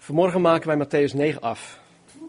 Vanmorgen maken wij Mattheüs 9 af.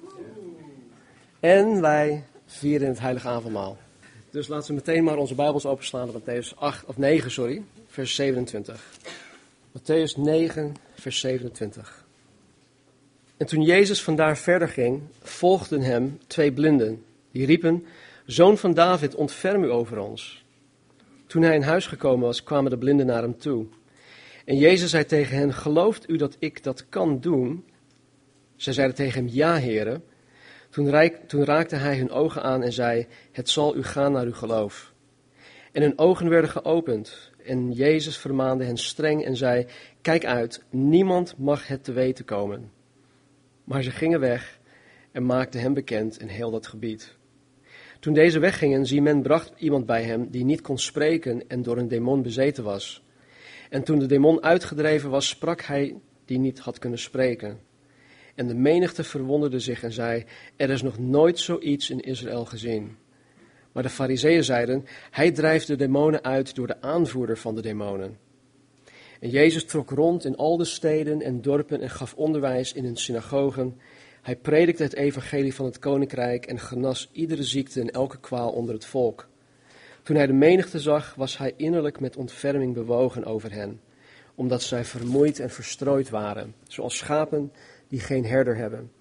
En wij vieren het heilige avondmaal. Dus laten we meteen maar onze Bijbels openslaan op Mattheüs 9, vers 27. Mattheüs 9, vers 27. En toen Jezus vandaar verder ging, volgden hem 2 blinden. Die riepen, Zoon van David, ontferm u over ons. Toen hij in huis gekomen was, kwamen de blinden naar hem toe. En Jezus zei tegen hen, gelooft u dat ik dat kan doen? Zij zeiden tegen hem, ja, Heere. Toen raakte hij hun ogen aan en zei, het zal u gaan naar uw geloof. En hun ogen werden geopend. En Jezus vermaande hen streng en zei, kijk uit, niemand mag het te weten komen. Maar ze gingen weg en maakten hem bekend in heel dat gebied. Toen deze weggingen, zie men bracht iemand bij hem die niet kon spreken en door een demon bezeten was. En toen de demon uitgedreven was, sprak hij die niet had kunnen spreken. En de menigte verwonderde zich en zei, er is nog nooit zoiets in Israël gezien. Maar de Farizeeën zeiden, hij drijft de demonen uit door de aanvoerder van de demonen. En Jezus trok rond in al de steden en dorpen en gaf onderwijs in hun synagogen. Hij predikte het evangelie van het koninkrijk en genas iedere ziekte en elke kwaal onder het volk. Toen hij de menigte zag, was hij innerlijk met ontferming bewogen over hen, omdat zij vermoeid en verstrooid waren, zoals schapen die geen herder hebben.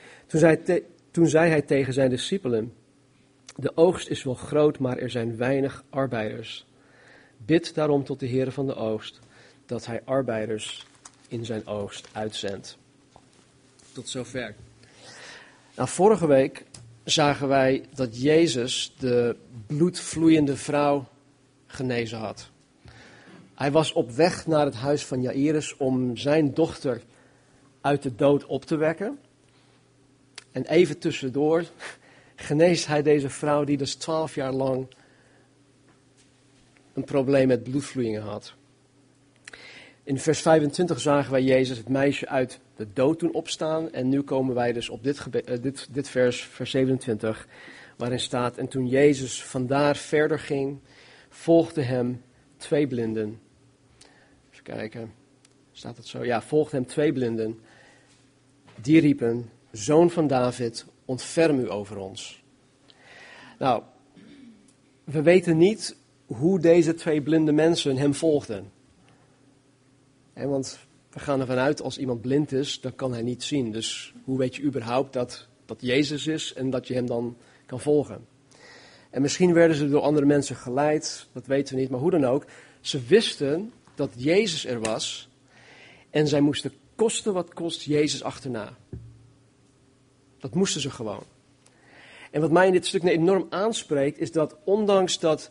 Toen zei hij tegen zijn discipelen, de oogst is wel groot, maar er zijn weinig arbeiders. Bid daarom tot de Heere van de oogst, dat hij arbeiders in zijn oogst uitzendt. Tot zover. Nou, vorige week zagen wij dat Jezus de bloedvloeiende vrouw genezen had. Hij was op weg naar het huis van Jairus om zijn dochter uit de dood op te wekken. En even tussendoor geneest hij deze vrouw die dus 12 jaar lang een probleem met bloedvloeien had. In vers 25 zagen wij Jezus het meisje uit de dood doen opstaan. En nu komen wij dus op dit vers 27, waarin staat, en toen Jezus vandaar verder ging, volgden hem 2 blinden. Even kijken, staat het zo? Ja, volgden hem 2 blinden. Die riepen, Zoon van David, ontferm u over ons. Nou, we weten niet hoe deze 2 blinde mensen hem volgden. Want we gaan ervan uit, als iemand blind is, dan kan hij niet zien. Dus hoe weet je überhaupt dat Jezus is en dat je hem dan kan volgen? En misschien werden ze door andere mensen geleid, dat weten we niet, maar hoe dan ook. Ze wisten dat Jezus er was en zij moesten koste wat kost Jezus achterna. Dat moesten ze gewoon. En wat mij in dit stuk enorm aanspreekt, is dat ondanks dat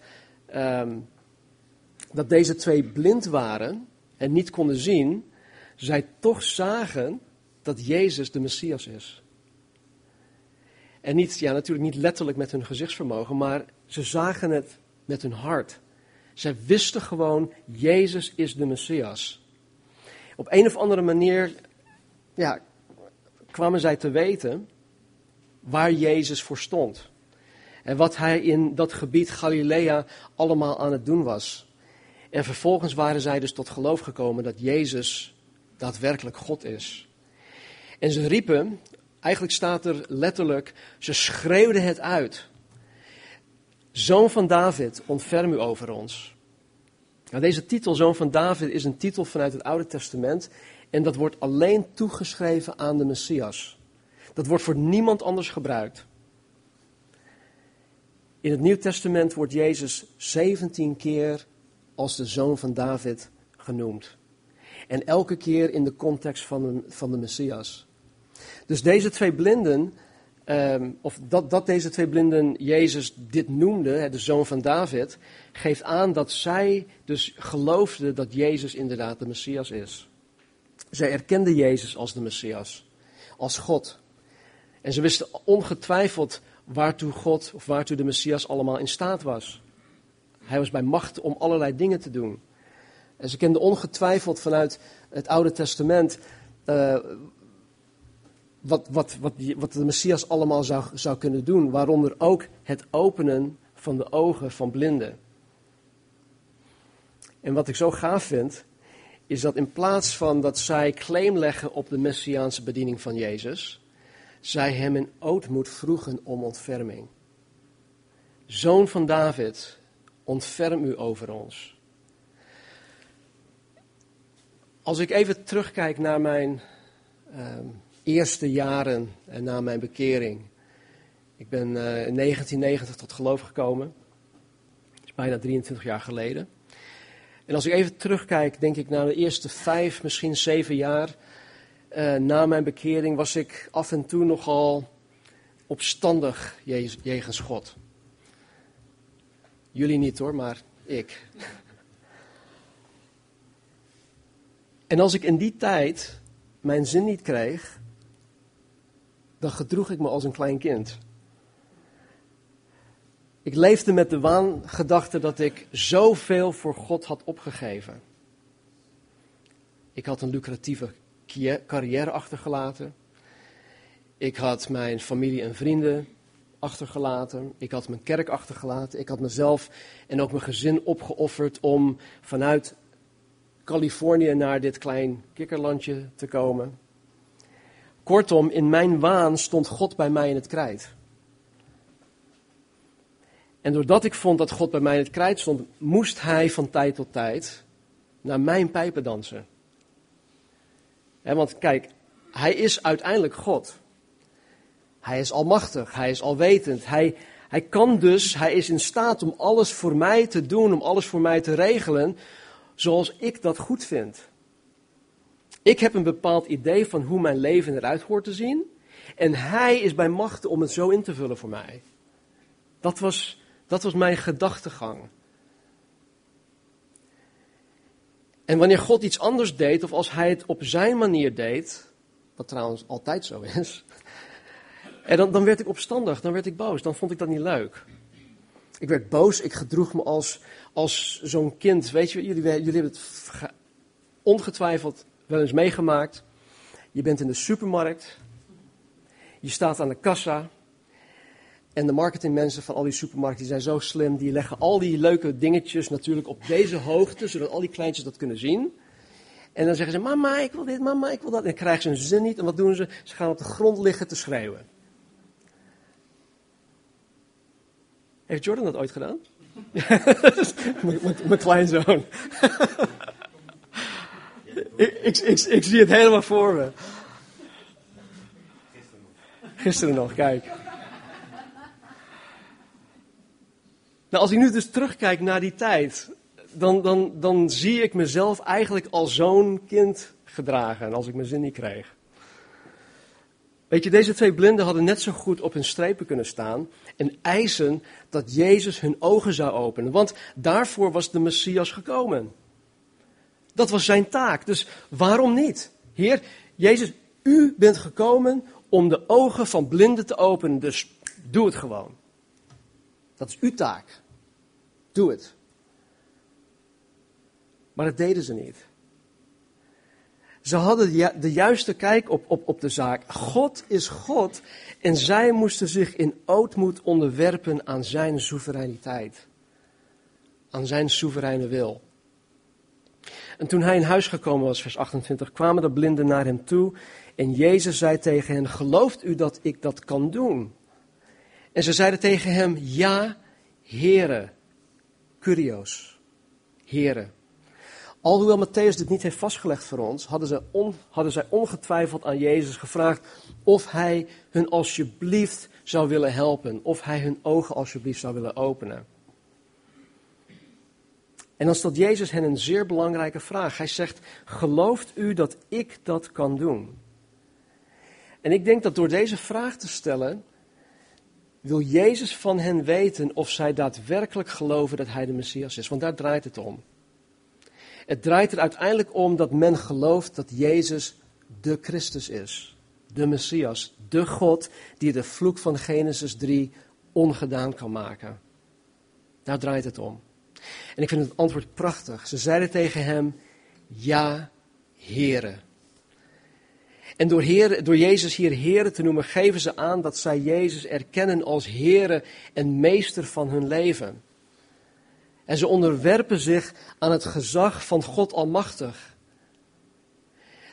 deze 2 blind waren en niet konden zien, zij toch zagen dat Jezus de Messias is. En natuurlijk niet letterlijk met hun gezichtsvermogen, maar ze zagen het met hun hart. Zij wisten gewoon, Jezus is de Messias. Op een of andere manier kwamen zij te weten waar Jezus voor stond. En wat hij in dat gebied Galilea allemaal aan het doen was. En vervolgens waren zij dus tot geloof gekomen dat Jezus daadwerkelijk God is. En ze riepen, eigenlijk staat er letterlijk, ze schreeuwden het uit. Zoon van David, ontferm u over ons. Nou, deze titel, Zoon van David, is een titel vanuit het Oude Testament. En dat wordt alleen toegeschreven aan de Messias. Dat wordt voor niemand anders gebruikt. In het Nieuw Testament wordt Jezus 17 keer als de Zoon van David genoemd. En elke keer in de context van de Messias. Dus deze 2 blinden, dat deze 2 blinden Jezus dit noemden, de Zoon van David, geeft aan dat zij dus geloofden dat Jezus inderdaad de Messias is. Zij erkenden Jezus als de Messias, als God. En ze wisten ongetwijfeld waartoe God of waartoe de Messias allemaal in staat was. Hij was bij macht om allerlei dingen te doen. En ze kenden ongetwijfeld vanuit het Oude Testament wat de Messias allemaal zou kunnen doen. Waaronder ook het openen van de ogen van blinden. En wat ik zo gaaf vind, is dat in plaats van dat zij claim leggen op de messiaanse bediening van Jezus, zij hem in ootmoed vroegen om ontferming. Zoon van David, ontferm u over ons. Als ik even terugkijk naar mijn eerste jaren en na mijn bekering. Ik ben in 1990 tot geloof gekomen. Dat is bijna 23 jaar geleden. En als ik even terugkijk, denk ik naar de eerste 5, misschien 7 jaar na mijn bekering, was ik af en toe nogal opstandig jegens God. Jullie niet hoor, maar ik. En als ik in die tijd mijn zin niet kreeg, dan gedroeg ik me als een klein kind. Ik leefde met de waangedachte dat ik zoveel voor God had opgegeven. Ik had een lucratieve carrière achtergelaten. Ik had mijn familie en vrienden achtergelaten. Ik had mijn kerk achtergelaten. Ik had mezelf en ook mijn gezin opgeofferd om vanuit Californië naar dit klein kikkerlandje te komen. Kortom, in mijn waan stond God bij mij in het krijt. En doordat ik vond dat God bij mij in het krijt stond, moest hij van tijd tot tijd naar mijn pijpen dansen. Want kijk, hij is uiteindelijk God. Hij is almachtig, hij is alwetend. Hij is in staat om alles voor mij te doen, om alles voor mij te regelen, zoals ik dat goed vind. Ik heb een bepaald idee van hoe mijn leven eruit hoort te zien. En hij is bij machte om het zo in te vullen voor mij. Dat was mijn gedachtegang. En wanneer God iets anders deed, of als hij het op zijn manier deed, wat trouwens altijd zo is, en dan werd ik opstandig, dan werd ik boos, dan vond ik dat niet leuk. Ik werd boos, ik gedroeg me als zo'n kind. Weet je, jullie hebben het ongetwijfeld wel eens meegemaakt. Je bent in de supermarkt, je staat aan de kassa. En de marketingmensen van al die supermarkten die zijn zo slim, die leggen al die leuke dingetjes natuurlijk op deze hoogte, zodat al die kleintjes dat kunnen zien. En dan zeggen ze, mama, ik wil dit, mama, ik wil dat. En dan krijgen ze hun zin niet. En wat doen ze? Ze gaan op de grond liggen te schreeuwen. Heeft Jordan dat ooit gedaan? Mijn kleinzoon. ik zie het helemaal voor me. Gisteren nog, kijk. Nou, als ik nu dus terugkijk naar die tijd, dan zie ik mezelf eigenlijk als zo'n kind gedragen als ik mijn zin niet kreeg. Weet je, deze 2 blinden hadden net zo goed op hun strepen kunnen staan en eisen dat Jezus hun ogen zou openen. Want daarvoor was de Messias gekomen. Dat was zijn taak. Dus waarom niet? Heer, Jezus, u bent gekomen om de ogen van blinden te openen. Dus doe het gewoon. Dat is uw taak. Doe het. Maar dat deden ze niet. Ze hadden de juiste kijk op de zaak. God is God en zij moesten zich in ootmoed onderwerpen aan zijn soevereiniteit. Aan zijn soevereine wil. En toen hij in huis gekomen was, vers 28, kwamen de blinden naar hem toe. En Jezus zei tegen hen, gelooft u dat ik dat kan doen? En ze zeiden tegen hem, ja, Heere, Kyrios, Heere. Alhoewel Matthäus dit niet heeft vastgelegd voor ons, hadden zij ongetwijfeld aan Jezus gevraagd of hij hun alsjeblieft zou willen helpen. Of hij hun ogen alsjeblieft zou willen openen. En dan stelt Jezus hen een zeer belangrijke vraag. Hij zegt, gelooft u dat ik dat kan doen? En ik denk dat door deze vraag te stellen, wil Jezus van hen weten of zij daadwerkelijk geloven dat hij de Messias is. Want daar draait het om. Het draait er uiteindelijk om dat men gelooft dat Jezus de Christus is. De Messias, de God die de vloek van Genesis 3 ongedaan kan maken. Daar draait het om. En ik vind het antwoord prachtig. Ze zeiden tegen hem, ja, Heere. En door Jezus hier Heere te noemen, geven ze aan dat zij Jezus erkennen als Heere en Meester van hun leven. En ze onderwerpen zich aan het gezag van God Almachtig.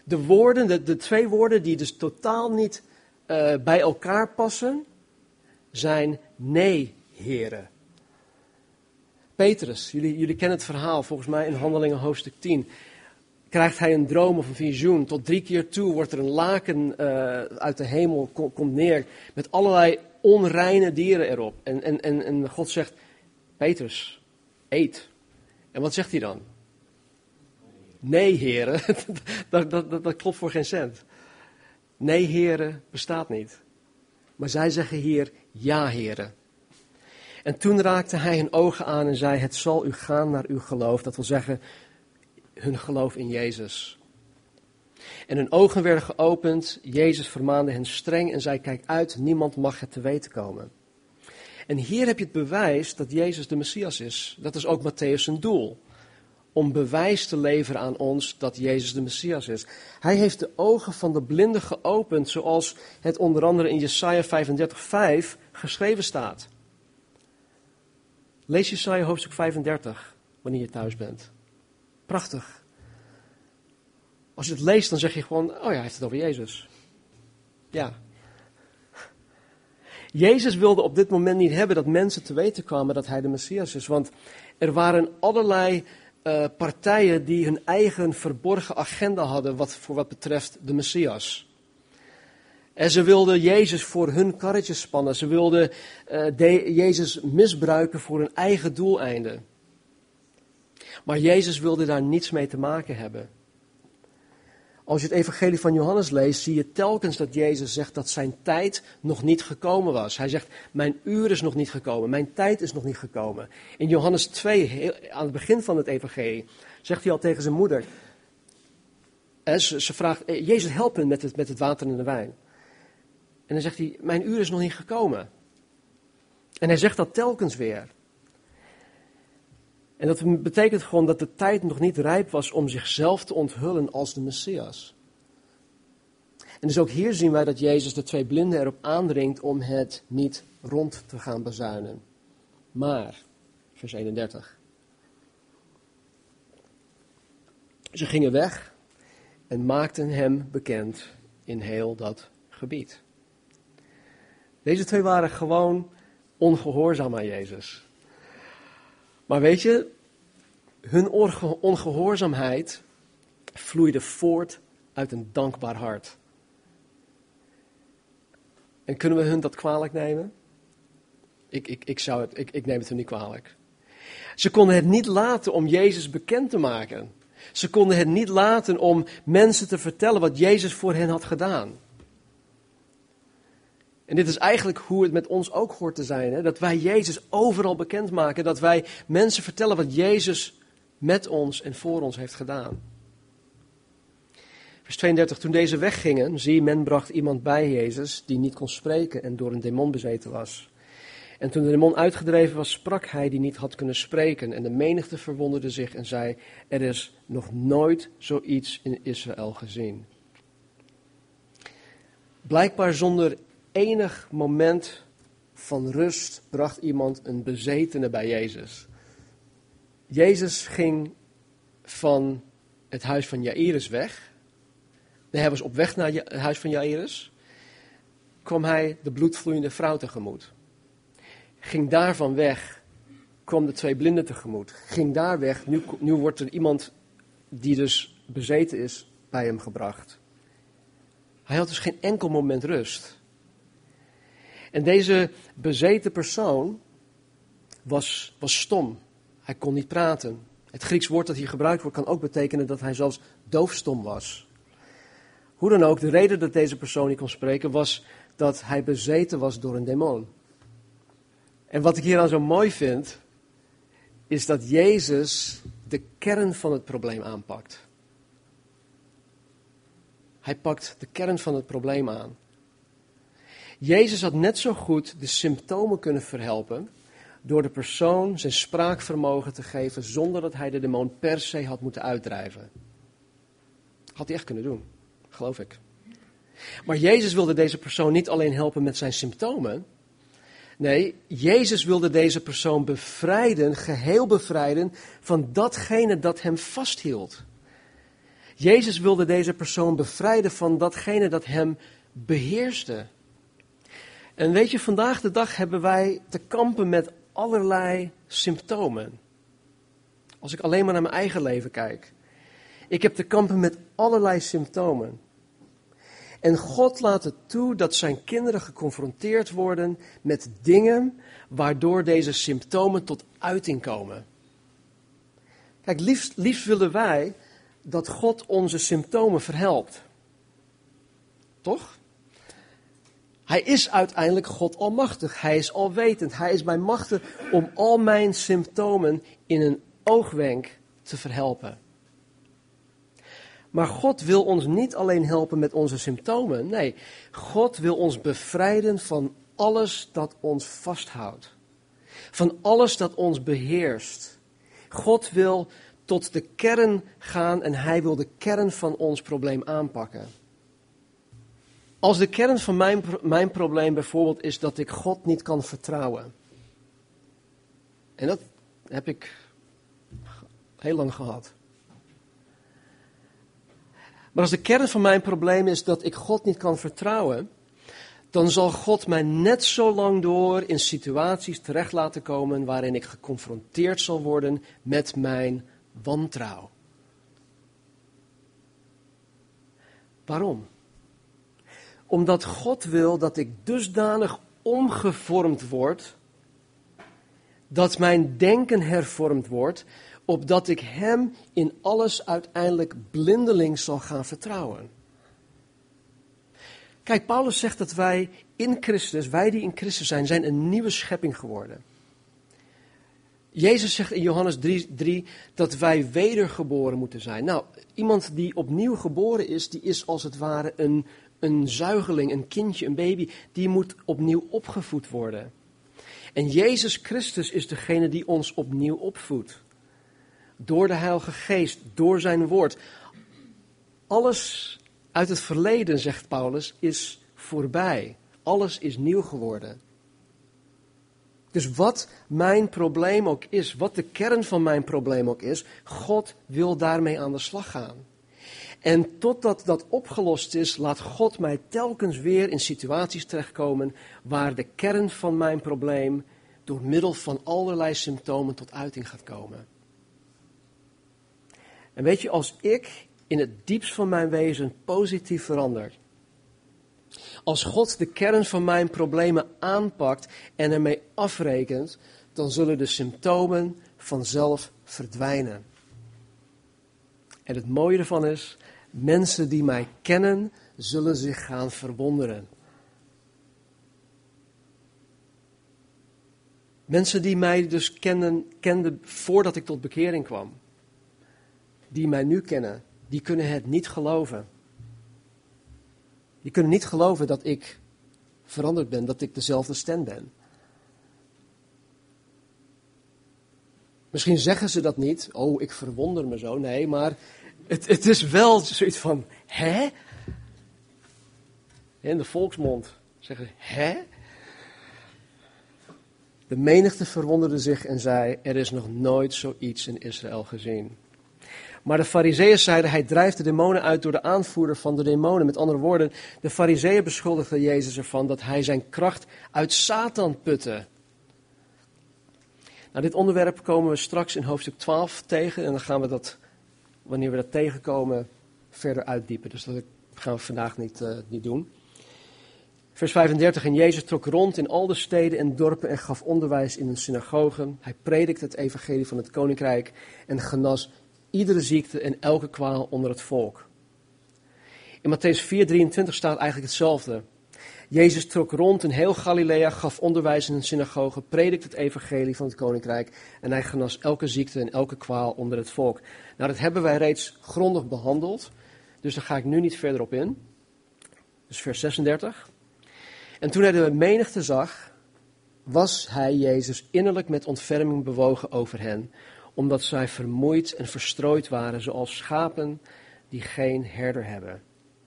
De twee woorden die dus totaal niet bij elkaar passen, zijn nee, Heere. Petrus, jullie kennen het verhaal, volgens mij in Handelingen hoofdstuk 10. Krijgt hij een droom of een visioen. Tot 3 keer toe wordt er een laken uit de hemel, komt neer met allerlei onreine dieren erop. En God zegt, Petrus, eet. En wat zegt hij dan? Nee, heren, dat klopt voor geen cent. Nee, heren, bestaat niet. Maar zij zeggen hier, ja, heren. En toen raakte hij hun ogen aan en zei, het zal u gaan naar uw geloof. Dat wil zeggen, hun geloof in Jezus. En hun ogen werden geopend, Jezus vermaande hen streng en zei, kijk uit, niemand mag het te weten komen. En hier heb je het bewijs dat Jezus de Messias is. Dat is ook Mattheüs zijn doel. Om bewijs te leveren aan ons dat Jezus de Messias is. Hij heeft de ogen van de blinden geopend, zoals het onder andere in Jesaja 35:5 geschreven staat. Lees Jesaja hoofdstuk 35, wanneer je thuis bent. Prachtig. Als je het leest, dan zeg je gewoon, oh ja, hij heeft het over Jezus. Ja. Jezus wilde op dit moment niet hebben dat mensen te weten kwamen dat hij de Messias is. Want er waren allerlei partijen die hun eigen verborgen agenda hadden voor wat betreft de Messias. En ze wilden Jezus voor hun karretje spannen. Ze wilden Jezus misbruiken voor hun eigen doeleinden. Maar Jezus wilde daar niets mee te maken hebben. Als je het evangelie van Johannes leest, zie je telkens dat Jezus zegt dat zijn tijd nog niet gekomen was. Hij zegt, mijn uur is nog niet gekomen, mijn tijd is nog niet gekomen. In Johannes 2, aan het begin van het evangelie, zegt hij al tegen zijn moeder. Ze vraagt, Jezus help me met het water en de wijn. En dan zegt hij, mijn uur is nog niet gekomen. En hij zegt dat telkens weer. En dat betekent gewoon dat de tijd nog niet rijp was om zichzelf te onthullen als de Messias. En dus ook hier zien wij dat Jezus de twee blinden erop aandringt om het niet rond te gaan bazuinen. Maar, vers 31. Ze gingen weg en maakten hem bekend in heel dat gebied. Deze twee waren gewoon ongehoorzaam aan Jezus. Maar weet je, hun ongehoorzaamheid vloeide voort uit een dankbaar hart. En kunnen we hun dat kwalijk nemen? Ik neem het hun niet kwalijk. Ze konden het niet laten om Jezus bekend te maken. Ze konden het niet laten om mensen te vertellen wat Jezus voor hen had gedaan. En dit is eigenlijk hoe het met ons ook hoort te zijn. Hè? Dat wij Jezus overal bekendmaken. Dat wij mensen vertellen wat Jezus met ons en voor ons heeft gedaan. Vers 32. Toen deze weggingen, zie, men bracht iemand bij Jezus die niet kon spreken en door een demon bezeten was. En toen de demon uitgedreven was, sprak hij die niet had kunnen spreken. En de menigte verwonderde zich en zei, er is nog nooit zoiets in Israël gezien. Blijkbaar zonder enig moment van rust bracht iemand een bezetene bij Jezus. Jezus ging van het huis van Jairus weg. Hij was op weg naar het huis van Jairus. Kwam hij de bloedvloeiende vrouw tegemoet. Ging daarvan weg, kwam de twee blinden tegemoet. Ging daar weg, nu wordt er iemand die dus bezeten is bij hem gebracht. Hij had dus geen enkel moment rust. En deze bezeten persoon was stom. Hij kon niet praten. Het Grieks woord dat hier gebruikt wordt kan ook betekenen dat hij zelfs doofstom was. Hoe dan ook, de reden dat deze persoon niet kon spreken was dat hij bezeten was door een demon. En wat ik hier aan zo mooi vind, is dat Jezus de kern van het probleem aanpakt. Hij pakt de kern van het probleem aan. Jezus had net zo goed de symptomen kunnen verhelpen door de persoon zijn spraakvermogen te geven zonder dat hij de demon per se had moeten uitdrijven. Had hij echt kunnen doen, geloof ik. Maar Jezus wilde deze persoon niet alleen helpen met zijn symptomen. Nee, Jezus wilde deze persoon bevrijden, geheel bevrijden van datgene dat hem vasthield. Jezus wilde deze persoon bevrijden van datgene dat hem beheerste. En weet je, vandaag de dag hebben wij te kampen met allerlei symptomen. Als ik alleen maar naar mijn eigen leven kijk. Ik heb te kampen met allerlei symptomen. En God laat het toe dat zijn kinderen geconfronteerd worden met dingen waardoor deze symptomen tot uiting komen. Kijk, liefst willen wij dat God onze symptomen verhelpt. Toch? Hij is uiteindelijk God almachtig. Hij is alwetend. Hij is bij machte om al mijn symptomen in een oogwenk te verhelpen. Maar God wil ons niet alleen helpen met onze symptomen. Nee, God wil ons bevrijden van alles dat ons vasthoudt. Van alles dat ons beheerst. God wil tot de kern gaan en hij wil de kern van ons probleem aanpakken. Als de kern van mijn probleem bijvoorbeeld is dat ik God niet kan vertrouwen. En dat heb ik heel lang gehad. Maar als de kern van mijn probleem is dat ik God niet kan vertrouwen, dan zal God mij net zo lang door in situaties terecht laten komen waarin ik geconfronteerd zal worden met mijn wantrouw. Waarom? Omdat God wil dat ik dusdanig omgevormd word, dat mijn denken hervormd wordt, opdat ik hem in alles uiteindelijk blindelings zal gaan vertrouwen. Kijk, Paulus zegt dat wij in Christus, wij die in Christus zijn een nieuwe schepping geworden. Jezus zegt in Johannes 3 dat wij wedergeboren moeten zijn. Nou, iemand die opnieuw geboren is, die is als het ware een zuigeling, een kindje, een baby, die moet opnieuw opgevoed worden. En Jezus Christus is degene die ons opnieuw opvoedt. Door de Heilige Geest, door zijn woord. Alles uit het verleden, zegt Paulus, is voorbij. Alles is nieuw geworden. Dus wat mijn probleem ook is, wat de kern van mijn probleem ook is, God wil daarmee aan de slag gaan. En totdat dat opgelost is, laat God mij telkens weer in situaties terechtkomen waar de kern van mijn probleem door middel van allerlei symptomen tot uiting gaat komen. En weet je, als ik in het diepst van mijn wezen positief verander, als God de kern van mijn problemen aanpakt en ermee afrekent, dan zullen de symptomen vanzelf verdwijnen. En het mooie ervan is, mensen die mij kennen, zullen zich gaan verwonderen. Mensen die mij dus kenden voordat ik tot bekering kwam, die mij nu kennen, die kunnen het niet geloven. Die kunnen niet geloven dat ik veranderd ben, dat ik dezelfde Stan ben. Misschien zeggen ze dat niet, oh, ik verwonder me zo. Nee, maar het is wel zoiets van, hè? In de volksmond zeggen ze, hè? De menigte verwonderde zich en zei, er is nog nooit zoiets in Israël gezien. Maar de Farizeeën zeiden, hij drijft de demonen uit door de aanvoerder van de demonen. Met andere woorden, de Farizeeën beschuldigden Jezus ervan dat hij zijn kracht uit Satan putte. Nou, dit onderwerp komen we straks in hoofdstuk 12 tegen. En dan gaan we dat, wanneer we dat tegenkomen, verder uitdiepen. Dus dat gaan we vandaag niet doen. Vers 35, en Jezus trok rond in al de steden en dorpen en gaf onderwijs in hun synagogen. Hij predikte het evangelie van het koninkrijk en genas iedere ziekte en elke kwaal onder het volk. In Mattheüs 4:23 staat eigenlijk hetzelfde. Jezus trok rond in heel Galilea, gaf onderwijs in een synagoge, predikte het evangelie van het koninkrijk en hij genas elke ziekte en elke kwaal onder het volk. Nou, dat hebben wij reeds grondig behandeld, dus daar ga ik nu niet verder op in. Dus vers 36. En toen hij de menigte zag, was hij, Jezus, innerlijk met ontferming bewogen over hen, omdat zij vermoeid en verstrooid waren, zoals schapen die geen herder hebben.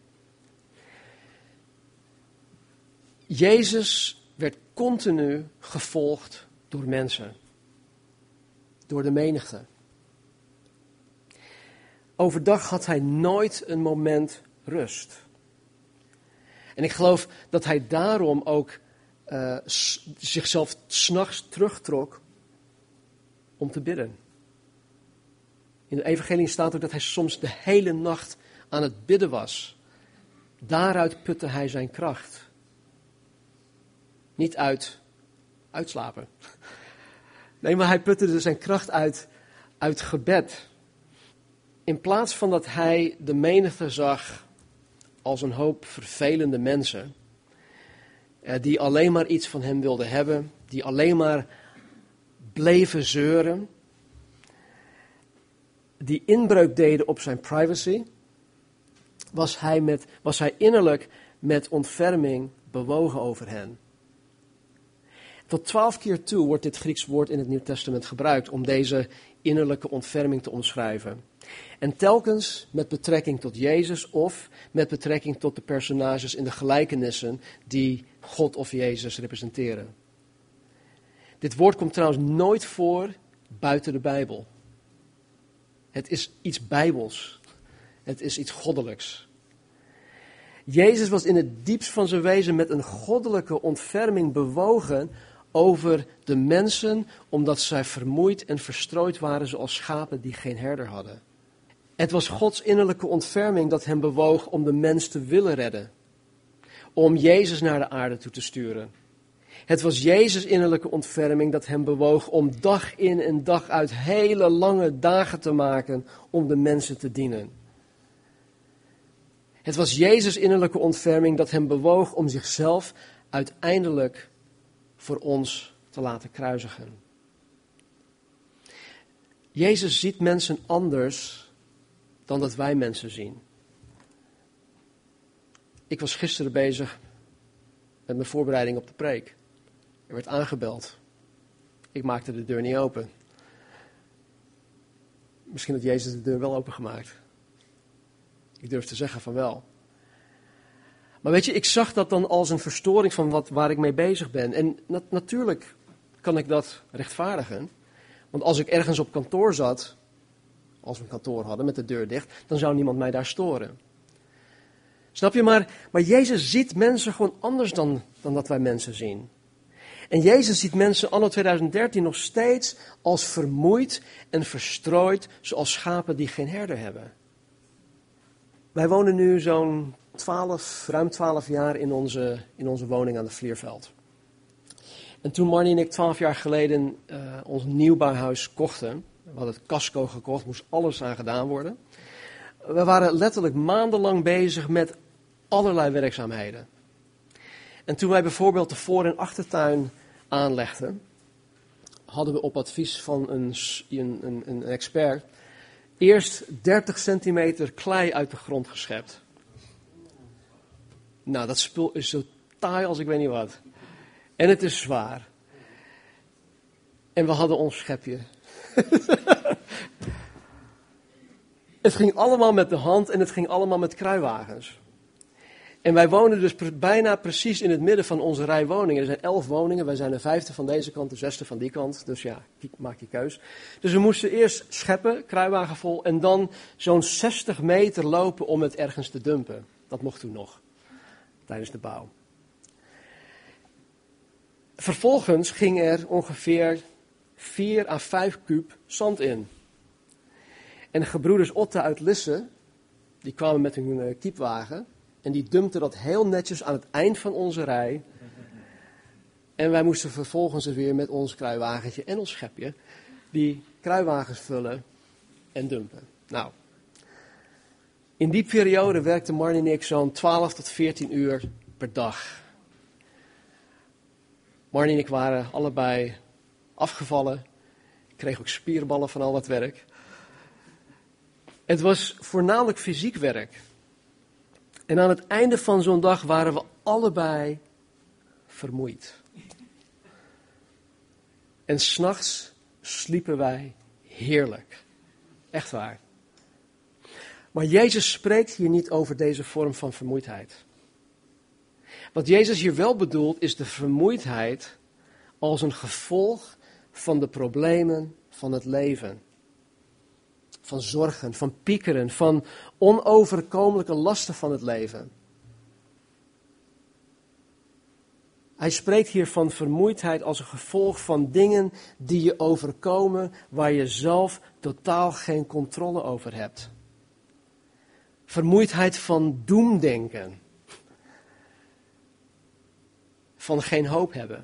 Jezus werd continu gevolgd door mensen, door de menigte. Overdag had hij nooit een moment rust. En ik geloof dat hij daarom ook zichzelf 's nachts terugtrok om te bidden. In de evangelie staat ook dat hij soms de hele nacht aan het bidden was. Daaruit putte hij zijn kracht. Niet uit uitslapen. Nee, maar hij putte dus zijn kracht uit gebed. In plaats van dat hij de menigte zag als een hoop vervelende mensen, die alleen maar iets van hem wilden hebben, die alleen maar bleven zeuren, die inbreuk deden op zijn privacy, was hij innerlijk met ontferming bewogen over hen. Tot 12 keer toe wordt dit Grieks woord in het Nieuw Testament gebruikt om deze innerlijke ontferming te omschrijven. En telkens met betrekking tot Jezus of met betrekking tot de personages in de gelijkenissen die God of Jezus representeren. Dit woord komt trouwens nooit voor buiten de Bijbel. Het is iets bijbels. Het is iets goddelijks. Jezus was in het diepst van zijn wezen met een goddelijke ontferming bewogen over de mensen, omdat zij vermoeid en verstrooid waren zoals schapen die geen herder hadden. Het was Gods innerlijke ontferming dat hem bewoog om de mens te willen redden. Om Jezus naar de aarde toe te sturen. Het was Jezus' innerlijke ontferming dat hem bewoog om dag in en dag uit hele lange dagen te maken om de mensen te dienen. Het was Jezus' innerlijke ontferming dat hem bewoog om zichzelf uiteindelijk voor ons te laten kruisigen. Jezus ziet mensen anders dan dat wij mensen zien. Ik was gisteren bezig met mijn voorbereiding op de preek. Er werd aangebeld. Ik maakte de deur niet open. Misschien had Jezus de deur wel opengemaakt. Ik durf te zeggen van wel. Maar weet je, ik zag dat dan als een verstoring van waar ik mee bezig ben. En natuurlijk kan ik dat rechtvaardigen. Want als ik ergens op kantoor zat, als we een kantoor hadden met de deur dicht, dan zou niemand mij daar storen. Snap je? Maar Jezus ziet mensen gewoon anders dan dat wij mensen zien. En Jezus ziet mensen anno 2013 nog steeds als vermoeid en verstrooid, zoals schapen die geen herder hebben. Wij wonen nu zo'n ruim 12 jaar in onze woning aan de Vlierveld. En toen Marnie en ik 12 jaar geleden ons nieuwbouwhuis kochten, we hadden het casco gekocht, moest alles aan gedaan worden. We waren letterlijk maandenlang bezig met allerlei werkzaamheden. En toen wij bijvoorbeeld de voor- en achtertuin aanlegden, hadden we op advies van een expert eerst 30 centimeter klei uit de grond geschept. Nou, dat spul is zo taai als ik weet niet wat. En het is zwaar. En we hadden ons schepje. Het ging allemaal met de hand en het ging allemaal met kruiwagens. En wij wonen dus bijna precies in het midden van onze rij woningen. Er zijn 11 woningen, wij zijn de 5e van deze kant, de 6e van die kant. Dus ja, maak je keus. Dus we moesten eerst scheppen, kruiwagen vol, en dan zo'n 60 meter lopen om het ergens te dumpen. Dat mocht toen nog, tijdens de bouw. Vervolgens ging er ongeveer 4 à 5 kuub zand in. En de gebroeders Otte uit Lisse, die kwamen met hun kiepwagen en die dumpten dat heel netjes aan het eind van onze rij. En wij moesten vervolgens weer met ons kruiwagentje en ons schepje die kruiwagens vullen en dumpen. Nou, in die periode werkte Marnie en ik zo'n 12 tot 14 uur per dag. Marnie en ik waren allebei afgevallen. Ik kreeg ook spierballen van al dat werk. Het was voornamelijk fysiek werk. En aan het einde van zo'n dag waren we allebei vermoeid. En 's nachts sliepen wij heerlijk. Echt waar. Maar Jezus spreekt hier niet over deze vorm van vermoeidheid. Wat Jezus hier wel bedoelt is de vermoeidheid als een gevolg van de problemen van het leven. van zorgen, van piekeren, van onoverkomelijke lasten van het leven. Hij spreekt hier van vermoeidheid als een gevolg van dingen die je overkomen waar je zelf totaal geen controle over hebt. Vermoeidheid van doemdenken. Van geen hoop hebben.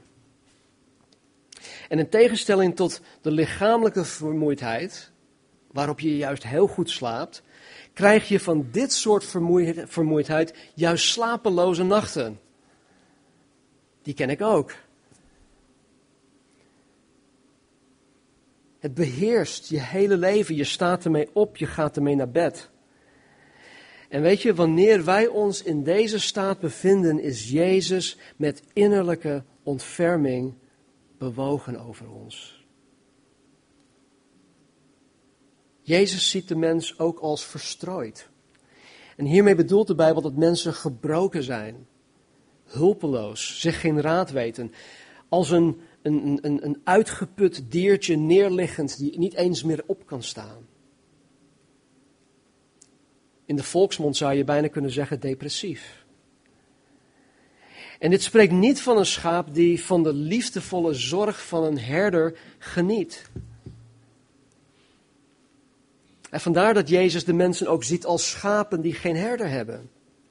En in tegenstelling tot de lichamelijke vermoeidheid, waarop je juist heel goed slaapt, krijg je van dit soort vermoeidheid juist slapeloze nachten. Die ken ik ook. Het beheerst je hele leven, je staat ermee op, je gaat ermee naar bed. En weet je, wanneer wij ons in deze staat bevinden, is Jezus met innerlijke ontferming bewogen over ons. Jezus ziet de mens ook als verstrooid. En hiermee bedoelt de Bijbel dat mensen gebroken zijn, hulpeloos, zich geen raad weten, als een uitgeput diertje neerliggend die niet eens meer op kan staan. In de volksmond zou je bijna kunnen zeggen depressief. En dit spreekt niet van een schaap die van de liefdevolle zorg van een herder geniet. En vandaar dat Jezus de mensen ook ziet als schapen die geen herder hebben.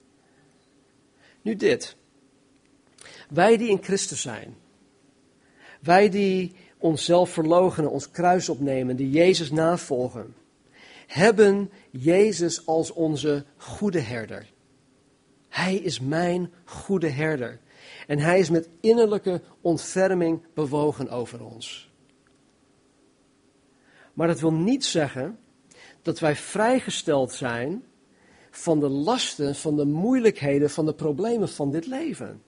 Nu dit. Wij die in Christus zijn. Wij die onszelf verloochenen, ons kruis opnemen, die Jezus navolgen. Hebben Jezus als onze goede herder. Hij is mijn goede herder. En hij is met innerlijke ontferming bewogen over ons. Maar dat wil niet zeggen dat wij vrijgesteld zijn van de lasten, van de moeilijkheden, van de problemen van dit leven.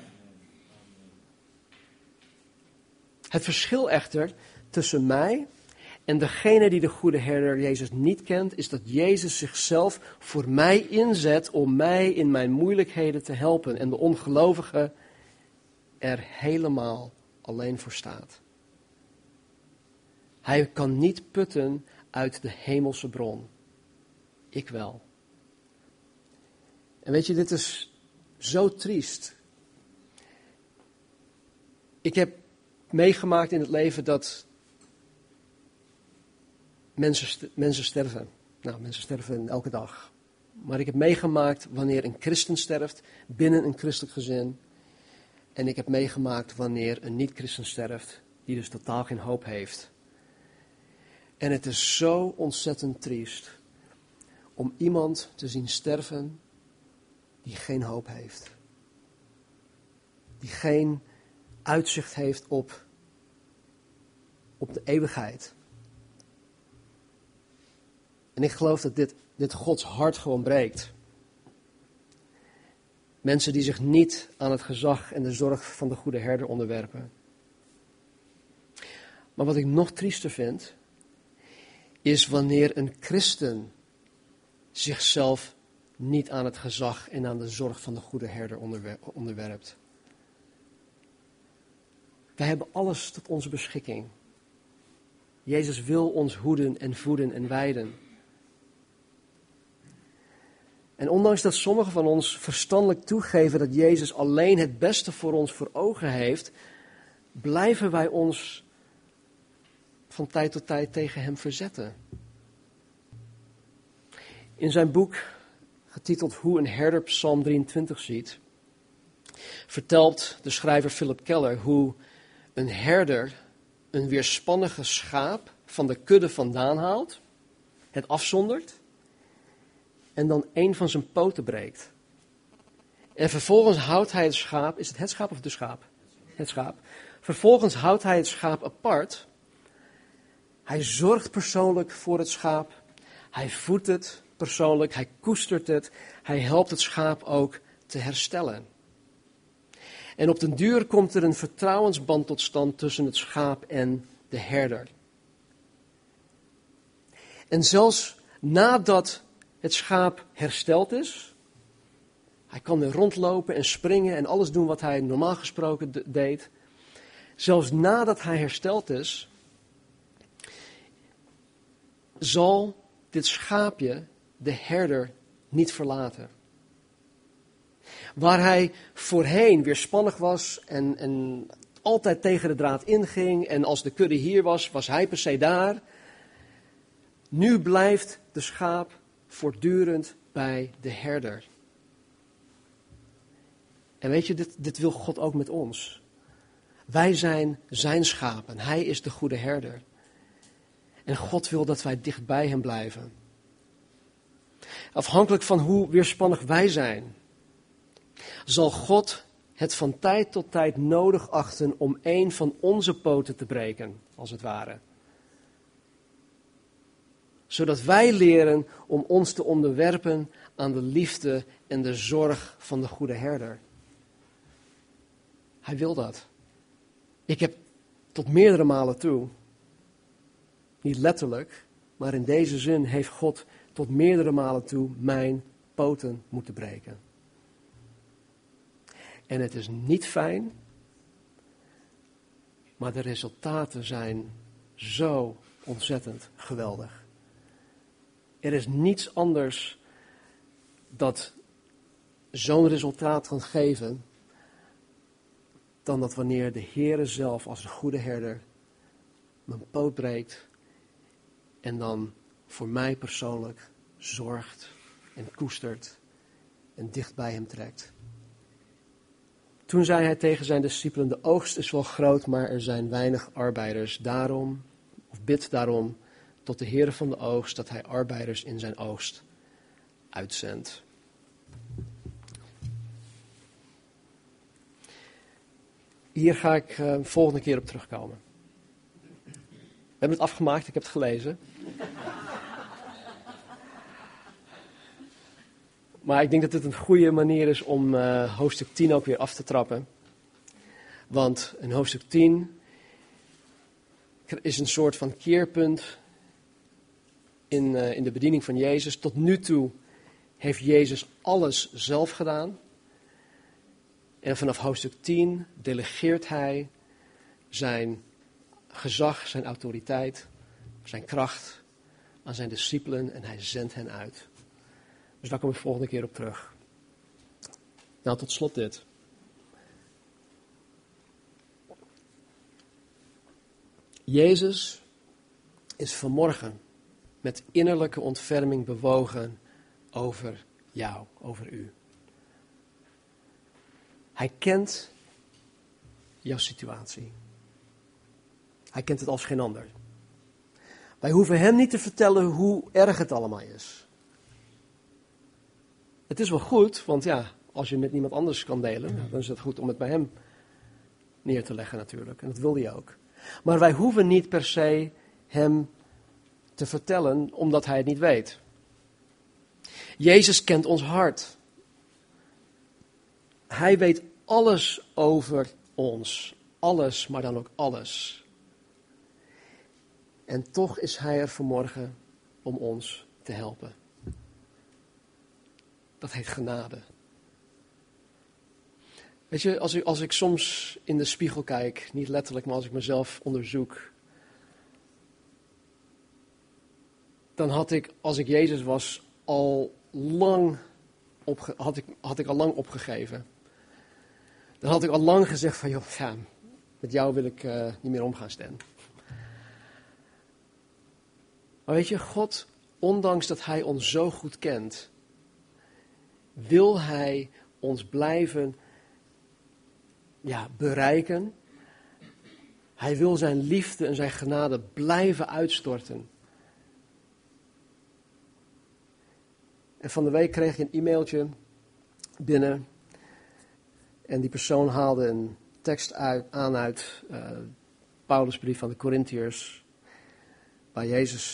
Het verschil echter tussen mij en degene die de goede herder Jezus niet kent, is dat Jezus zichzelf voor mij inzet om mij in mijn moeilijkheden te helpen en de ongelovige er helemaal alleen voor staat. Hij kan niet putten uit de hemelse bron. Ik wel. En weet je, dit is zo triest. Ik heb meegemaakt in het leven dat mensen sterven. Nou, mensen sterven elke dag. Maar ik heb meegemaakt wanneer een christen sterft binnen een christelijk gezin. En ik heb meegemaakt wanneer een niet-christen sterft, die dus totaal geen hoop heeft. En het is zo ontzettend triest om iemand te zien sterven die geen hoop heeft. Die geen uitzicht heeft op de eeuwigheid. En ik geloof dat dit Gods hart gewoon breekt. Mensen die zich niet aan het gezag en de zorg van de goede herder onderwerpen. Maar wat ik nog triester vind, is wanneer een christen zichzelf niet aan het gezag en aan de zorg van de goede herder onderwerpt. Wij hebben alles tot onze beschikking. Jezus wil ons hoeden en voeden en weiden. En ondanks dat sommigen van ons verstandelijk toegeven dat Jezus alleen het beste voor ons voor ogen heeft, blijven wij ons van tijd tot tijd tegen hem verzetten. In zijn boek, getiteld Hoe een herder Psalm 23 ziet, vertelt de schrijver Philip Keller hoe een herder een weerspannige schaap van de kudde vandaan haalt, het afzondert en dan een van zijn poten breekt. En vervolgens houdt hij het schaap, is het schaap of de schaap? Het schaap. Vervolgens houdt hij het schaap apart. Hij zorgt persoonlijk voor het schaap. Hij voedt het persoonlijk, hij koestert het. Hij helpt het schaap ook te herstellen. En op den duur komt er een vertrouwensband tot stand tussen het schaap en de herder. En zelfs nadat het schaap hersteld is, hij kan weer rondlopen en springen en alles doen wat hij normaal gesproken deed. Zelfs nadat hij hersteld is, zal dit schaapje de herder niet verlaten. Waar hij voorheen weerspannig was en altijd tegen de draad inging en als de kudde hier was, was hij per se daar. Nu blijft de schaap voortdurend bij de herder. En weet je, dit wil God ook met ons. Wij zijn zijn schapen. Hij is de goede herder. En God wil dat wij dicht bij hem blijven. Afhankelijk van hoe weerspannig wij zijn, zal God het van tijd tot tijd nodig achten om een van onze poten te breken, als het ware. Zodat wij leren om ons te onderwerpen aan de liefde en de zorg van de goede herder. Hij wil dat. Ik heb tot meerdere malen toe, niet letterlijk, maar in deze zin heeft God tot meerdere malen toe mijn poten moeten breken. En het is niet fijn, maar de resultaten zijn zo ontzettend geweldig. Er is niets anders dat zo'n resultaat kan geven dan dat wanneer de Heere zelf als een goede herder mijn poot breekt en dan voor mij persoonlijk zorgt en koestert en dicht bij hem trekt. Toen zei hij tegen zijn discipelen, de oogst is wel groot, maar er zijn weinig arbeiders. Daarom, of bid daarom tot de Heere van de oogst, dat hij arbeiders in zijn oogst uitzendt. Hier ga ik volgende keer op terugkomen. We hebben het afgemaakt, ik heb het gelezen. Maar ik denk dat het een goede manier is om hoofdstuk 10 ook weer af te trappen. Want in hoofdstuk 10 is een soort van keerpunt in de bediening van Jezus. Tot nu toe heeft Jezus alles zelf gedaan. En vanaf hoofdstuk 10 delegeert hij zijn gezag, zijn autoriteit, zijn kracht aan zijn discipelen en hij zendt hen uit. Dus daar kom ik volgende keer op terug. Nou, tot slot dit. Jezus is vanmorgen met innerlijke ontferming bewogen over jou, over u. Hij kent jouw situatie. Hij kent het als geen ander. Wij hoeven hem niet te vertellen hoe erg het allemaal is. Het is wel goed, want ja, als je met niemand anders kan delen, dan is het goed om het bij hem neer te leggen natuurlijk. En dat wil hij ook. Maar wij hoeven niet per se hem te vertellen, omdat hij het niet weet. Jezus kent ons hart. Hij weet alles over ons. Alles, maar dan ook alles. En toch is hij er vanmorgen om ons te helpen. Dat heet genade. Weet je, als ik soms in de spiegel kijk, niet letterlijk, maar als ik mezelf onderzoek, dan had ik, als ik Jezus was, al lang had ik al lang opgegeven. Dan had ik al lang gezegd van, joh, ja, met jou wil ik niet meer omgaan, Stan. Maar weet je, God, ondanks dat hij ons zo goed kent, wil hij ons blijven bereiken. Hij wil zijn liefde en zijn genade blijven uitstorten. En van de week kreeg je een e-mailtje binnen. En die persoon haalde een tekst aan uit Paulus' brief van de Korintiërs. Waarin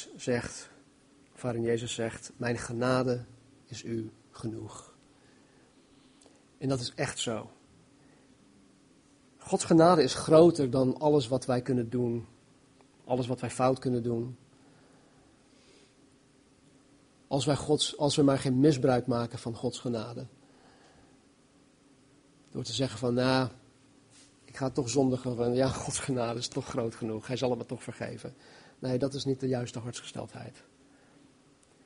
Jezus zegt, mijn genade is u genoeg. En dat is echt zo. Gods genade is groter dan alles wat wij kunnen doen. Alles wat wij fout kunnen doen. Als we maar geen misbruik maken van Gods genade. Door te zeggen van, nou, ik ga toch zondigen. Van, ja, Gods genade is toch groot genoeg. Hij zal het me toch vergeven. Nee, dat is niet de juiste hartsgesteldheid.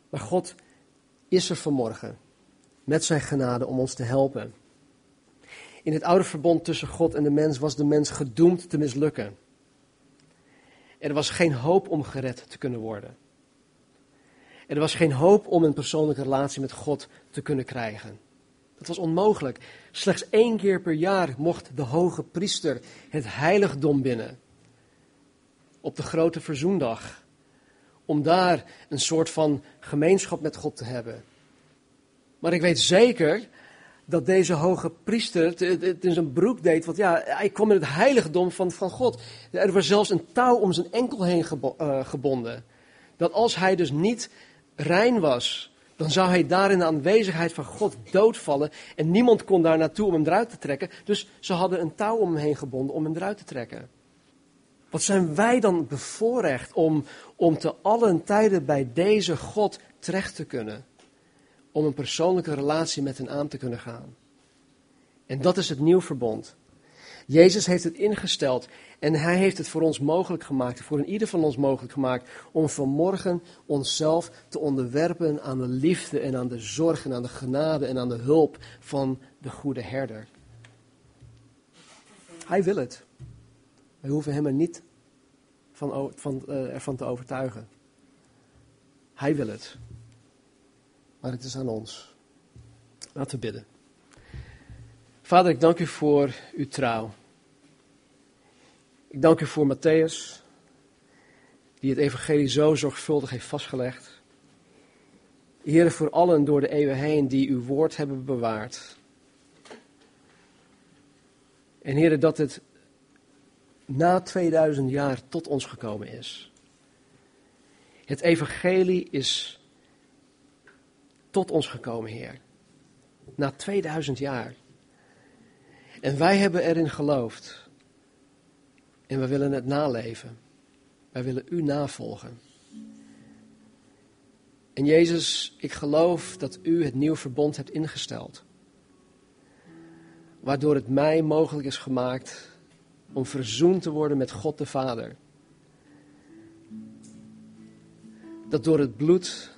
Maar God is er vanmorgen met zijn genade om ons te helpen. In het oude verbond tussen God en de mens was de mens gedoemd te mislukken. Er was geen hoop om gered te kunnen worden. Er was geen hoop om een persoonlijke relatie met God te kunnen krijgen. Dat was onmogelijk. Slechts 1 keer per jaar mocht de hoge priester het heiligdom binnen. Op de grote verzoendag. Om daar een soort van gemeenschap met God te hebben. Maar ik weet zeker dat deze hoge priester het in zijn broek deed. Want ja, hij kwam in het heiligdom van God. Er was zelfs een touw om zijn enkel heen gebonden. Dat als hij dus niet rein was, dan zou hij daar in de aanwezigheid van God doodvallen. En niemand kon daar naartoe om hem eruit te trekken. Dus ze hadden een touw om hem heen gebonden om hem eruit te trekken. Wat zijn wij dan bevoorrecht om te allen tijden bij deze God terecht te kunnen. Om een persoonlijke relatie met hen aan te kunnen gaan. En dat is het nieuw verbond. Jezus heeft het ingesteld en hij heeft het voor ons mogelijk gemaakt, voor ieder van ons mogelijk gemaakt, om vanmorgen onszelf te onderwerpen aan de liefde en aan de zorg en aan de genade en aan de hulp van de goede herder. Hij wil het. Wij hoeven hem er niet ervan te overtuigen. Hij wil het. Maar het is aan ons. Laten we bidden. Vader, ik dank u voor uw trouw. Ik dank u voor Matthäus, die het evangelie zo zorgvuldig heeft vastgelegd. Heere, voor allen door de eeuwen heen die uw woord hebben bewaard. En Heere, dat het na 2000 jaar tot ons gekomen is. Het evangelie is tot ons gekomen, Heer. Na 2000 jaar. En wij hebben erin geloofd. En we willen het naleven. Wij willen u navolgen. En Jezus, ik geloof dat u het nieuw verbond hebt ingesteld. Waardoor het mij mogelijk is gemaakt om verzoend te worden met God de Vader. Dat door het bloed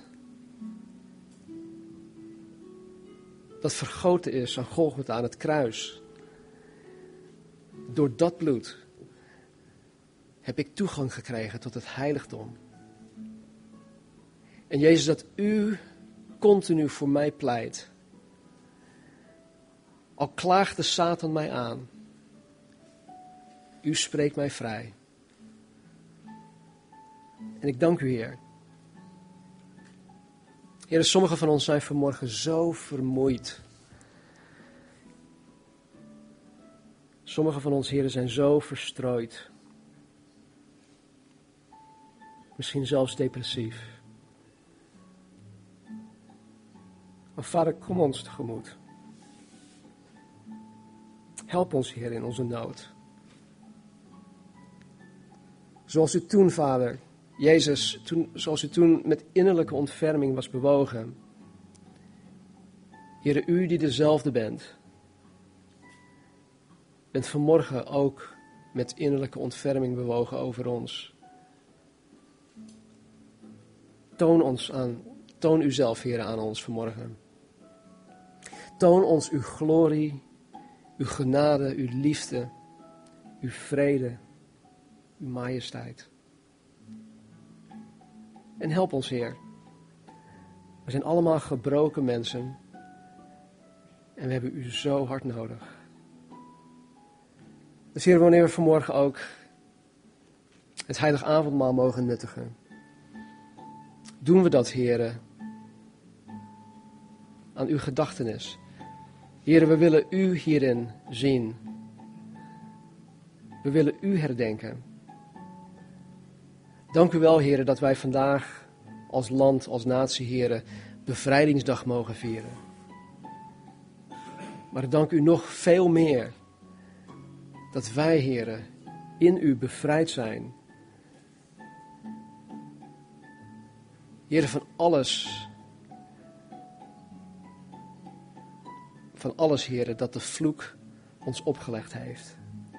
dat vergoten is aan Golgotha, aan het kruis. Door dat bloed heb ik toegang gekregen tot het heiligdom. En Jezus, dat u continu voor mij pleit. Al klaagt de Satan mij aan. U spreekt mij vrij. En ik dank u, Heer. Heer, sommigen van ons zijn vanmorgen zo vermoeid. Sommigen van ons, Heer, zijn zo verstrooid. Misschien zelfs depressief. Maar Vader, kom ons tegemoet. Help ons, Heer, in onze nood. Zoals u toen, Vader, Jezus, zoals u toen met innerlijke ontferming was bewogen. Heere, u die dezelfde bent vanmorgen ook met innerlijke ontferming bewogen over ons. Toon uzelf, Heere, aan ons vanmorgen. Toon ons uw glorie, uw genade, uw liefde, uw vrede, uw majesteit. En help ons, Heer. We zijn allemaal gebroken mensen. En we hebben u zo hard nodig. Dus Heer, wanneer we vanmorgen ook het heilige avondmaal mogen nuttigen. Doen we dat, Heer, aan uw gedachtenis. Heer, we willen u hierin zien. We willen u herdenken. Dank u wel, Heer, dat wij vandaag als land, als natie, Heer, bevrijdingsdag mogen vieren. Maar dank u nog veel meer dat wij, Heer, in u bevrijd zijn. Heer, van alles, Heer, dat de vloek ons opgelegd heeft.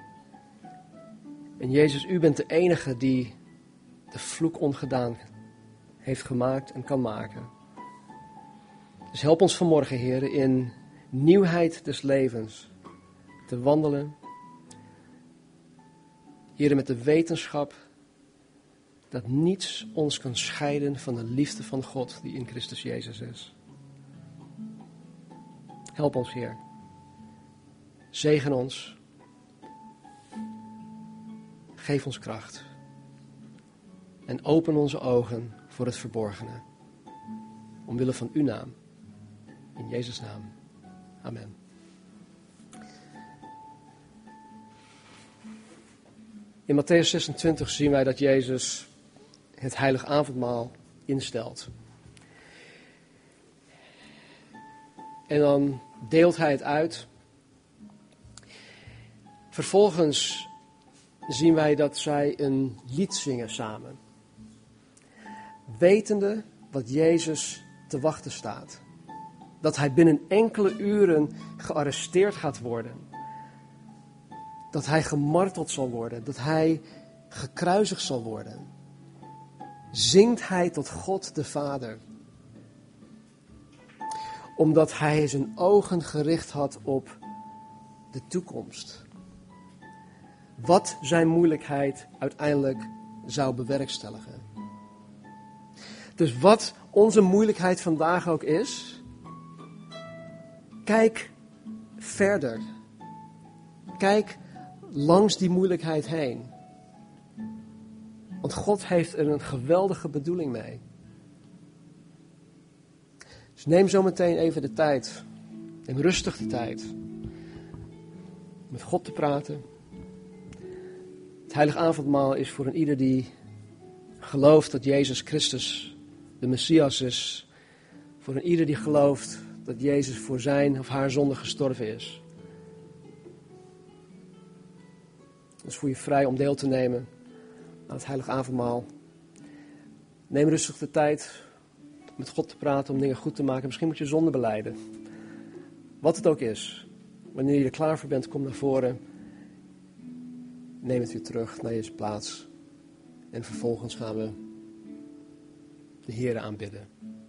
En Jezus, u bent de enige die de vloek ongedaan heeft gemaakt en kan maken. Dus help ons vanmorgen, Heer, in nieuwheid des levens te wandelen. Heer, met de wetenschap dat niets ons kan scheiden van de liefde van God die in Christus Jezus is. Help ons, Heer. Zegen ons. Geef ons kracht. En open onze ogen voor het verborgene. Omwille van uw naam. In Jezus' naam. Amen. In Mattheüs 26 zien wij dat Jezus het heilige avondmaal instelt. En dan deelt hij het uit. Vervolgens zien wij dat zij een lied zingen samen. Wetende wat Jezus te wachten staat. Dat hij binnen enkele uren gearresteerd gaat worden. Dat hij gemarteld zal worden. Dat hij gekruisigd zal worden. Zingt hij tot God de Vader. Omdat hij zijn ogen gericht had op de toekomst. Wat zijn moeilijkheid uiteindelijk zou bewerkstelligen. Dus wat onze moeilijkheid vandaag ook is, kijk verder. Kijk langs die moeilijkheid heen. Want God heeft er een geweldige bedoeling mee. Dus neem zo meteen even de tijd. Neem rustig de tijd. Om met God te praten. Het heilige avondmaal is voor een ieder die gelooft dat Jezus Christus de Messias is. Voor een ieder die gelooft dat Jezus voor zijn of haar zonde gestorven is. Dus voel je vrij om deel te nemen aan het heilige avondmaal. Neem rustig de tijd om met God te praten, om dingen goed te maken. Misschien moet je zonde belijden. Wat het ook is. Wanneer je er klaar voor bent, kom naar voren. Neem het weer terug naar je plaats. En vervolgens gaan we de Heere aanbidden.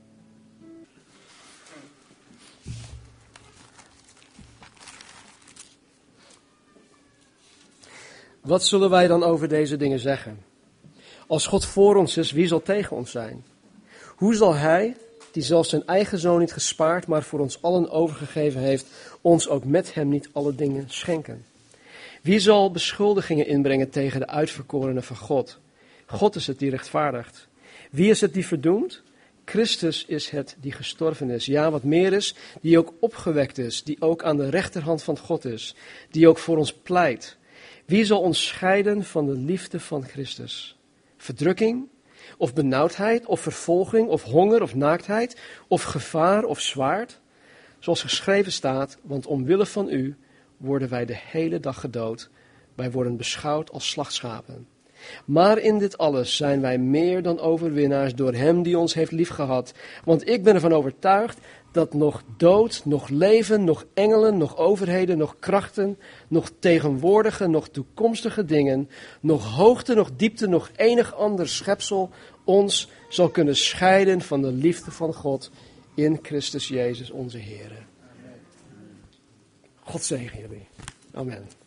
Wat zullen wij dan over deze dingen zeggen? Als God voor ons is, wie zal tegen ons zijn? Hoe zal Hij, die zelfs zijn eigen zoon niet gespaard, maar voor ons allen overgegeven heeft, ons ook met hem niet alle dingen schenken? Wie zal beschuldigingen inbrengen tegen de uitverkorenen van God? God is het die rechtvaardigt. Wie is het die verdoemt? Christus is het die gestorven is. Ja, wat meer is, die ook opgewekt is, die ook aan de rechterhand van God is, die ook voor ons pleit. Wie zal ons scheiden van de liefde van Christus? Verdrukking, of benauwdheid, of vervolging, of honger, of naaktheid, of gevaar, of zwaard? Zoals geschreven staat, want omwille van u worden wij de hele dag gedood. Wij worden beschouwd als slachtschapen. Maar in dit alles zijn wij meer dan overwinnaars door hem die ons heeft liefgehad. Want ik ben ervan overtuigd dat nog dood, nog leven, nog engelen, nog overheden, nog krachten, nog tegenwoordige, nog toekomstige dingen, nog hoogte, nog diepte, nog enig ander schepsel ons zal kunnen scheiden van de liefde van God in Christus Jezus onze Heer. God zegen jullie. Amen.